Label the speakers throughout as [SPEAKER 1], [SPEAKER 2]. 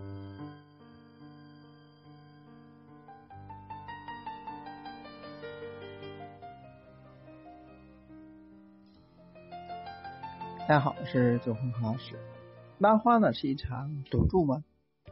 [SPEAKER 1] 大家好，我是九红老师。拉花呢是一场赌注吗？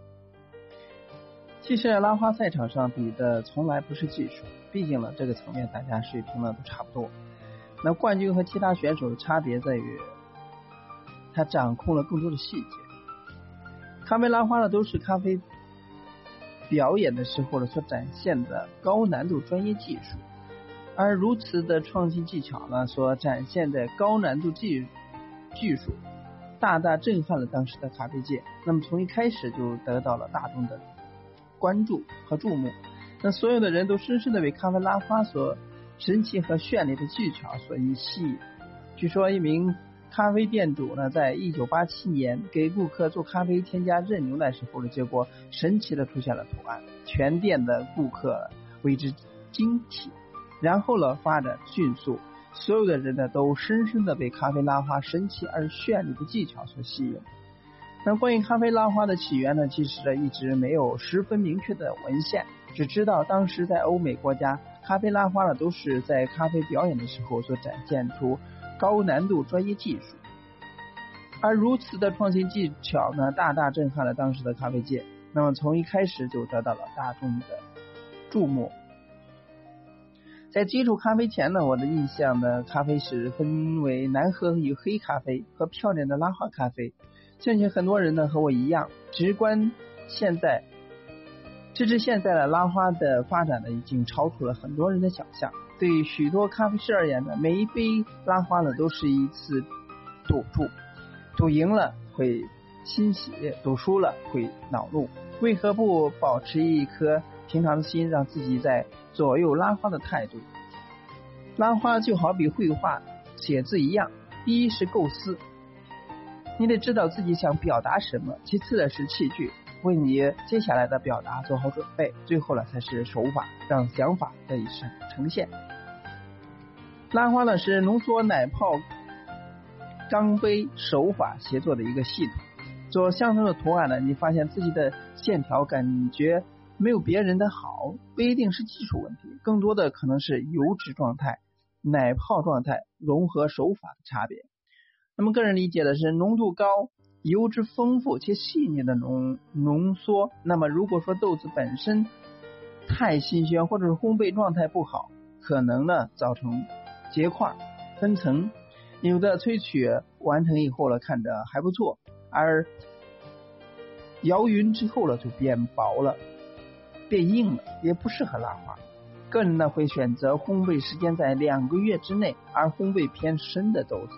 [SPEAKER 1] 其实拉花赛场上比的从来不是技术，毕竟呢这个层面大家水平呢都差不多。那冠军和其他选手的差别在于他掌控了更多的细节。咖啡拉花呢都是咖啡表演的时候呢所展现的高难度专业技术，而如此的创新技巧呢所展现的高难度技术大大震撼了当时的咖啡界，那么从一开始就得到了大众的关注和注目。那所有的人都深深的被咖啡拉花所神奇和绚丽的技巧所吸引。据说一名咖啡店主呢，在1987年给顾客做咖啡添加热牛奶时候的结果神奇的出现了图案，全店的顾客为之惊奇，然后呢发展迅速，所有的人呢都深深的被咖啡拉花神奇而绚丽的技巧所吸引。那关于咖啡拉花的起源呢，其实一直没有十分明确的文献，只知道当时在欧美国家，咖啡拉花呢都是在咖啡表演的时候所展现出高难度专业技术，而如此的创新技巧呢，大大震撼了当时的咖啡界，那么从一开始就得到了大众的注目。在接触咖啡前呢，我的印象呢，咖啡是分为难喝与黑咖啡和漂亮的拉花咖啡。相信很多人呢和我一样，直至现在的拉花的发展呢，已经超出了很多人的想象。对于许多咖啡师而言呢，每一杯拉花呢都是一次赌注，赌赢了会欣喜，赌输了会恼怒。为何不保持一颗平常的心，让自己在左右拉花的态度？拉花就好比绘画、写字一样，第一是构思，你得知道自己想表达什么，其次的是器具，为你接下来的表达做好准备，最后呢才是手法，让想法得以呈现。拉花呢是浓缩奶泡钢杯手法协作的一个系统，做相同的图案呢，你发现自己的线条感觉没有别人的好，不一定是技术问题，更多的可能是油脂状态、奶泡状态、融合手法的差别。那么个人理解的是，浓度高、油脂丰富且细腻的浓缩，那么如果说豆子本身太新鲜或者是烘焙状态不好，可能呢造成结块分层，有的萃取完成以后了看着还不错，而摇匀之后了就变薄了变硬了，也不适合拉花。个人呢会选择烘焙时间在2个月之内，而烘焙偏深的豆子。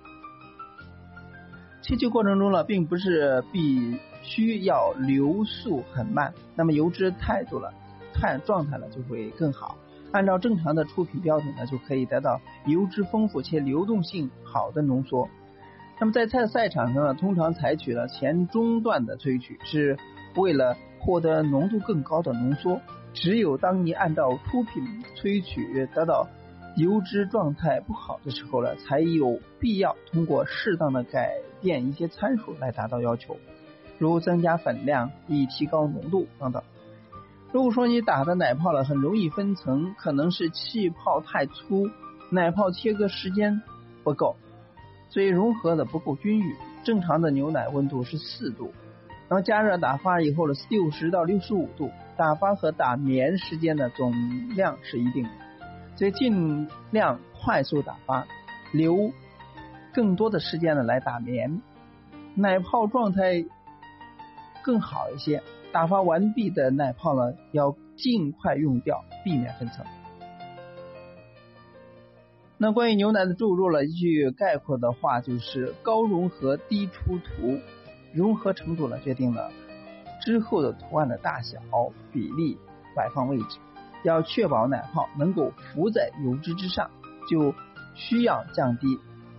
[SPEAKER 1] 萃取过程中呢，并不是必须要流速很慢，那么油脂态度了状态了就会更好。按照正常的出品标准呢，就可以得到油脂丰富且流动性好的浓缩。那么在赛场上呢，通常采取了前中段的萃取，是为了获得浓度更高的浓缩。只有当你按照出品萃取得到油脂状态不好的时候呢，才有必要通过适当的改变一些参数来达到要求，如增加粉量以提高浓度等等。如果说你打的奶泡了很容易分层，可能是气泡太粗，奶泡切割时间不够，所以融合的不够均匀。正常的牛奶温度是4度，然后加热打发以后的60到65度，打发和打绵时间的总量是一定的，所以尽量快速打发，留更多的时间呢来打绵，奶泡状态更好一些。打发完毕的奶泡呢要尽快用掉，避免分层。那关于牛奶的注入了一句概括的话，就是高融合低出图，融合程度呢决定了之后的图案的大小、比例、摆放位置。要确保奶泡能够浮在油脂之上，就需要降低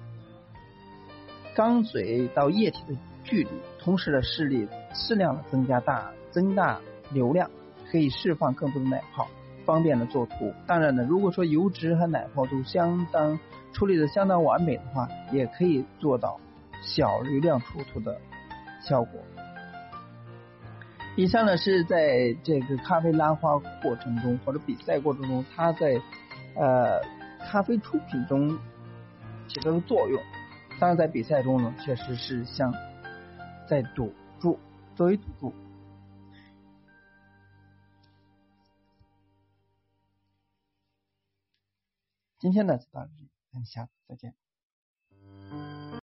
[SPEAKER 1] 缸嘴到液体的距离，同时的适量的增大流量，可以释放更多的奶泡，方便的做图。当然呢，如果说油脂和奶泡都处理的相当完美的话，也可以做到小流量出图的效果。 以上呢是在这个咖啡拉花过程中或者比赛过程中，它在咖啡出品中起到的作用。当然在比赛中呢，确实是像在赌注，作为赌注。今天呢就到这里，咱们下次再见。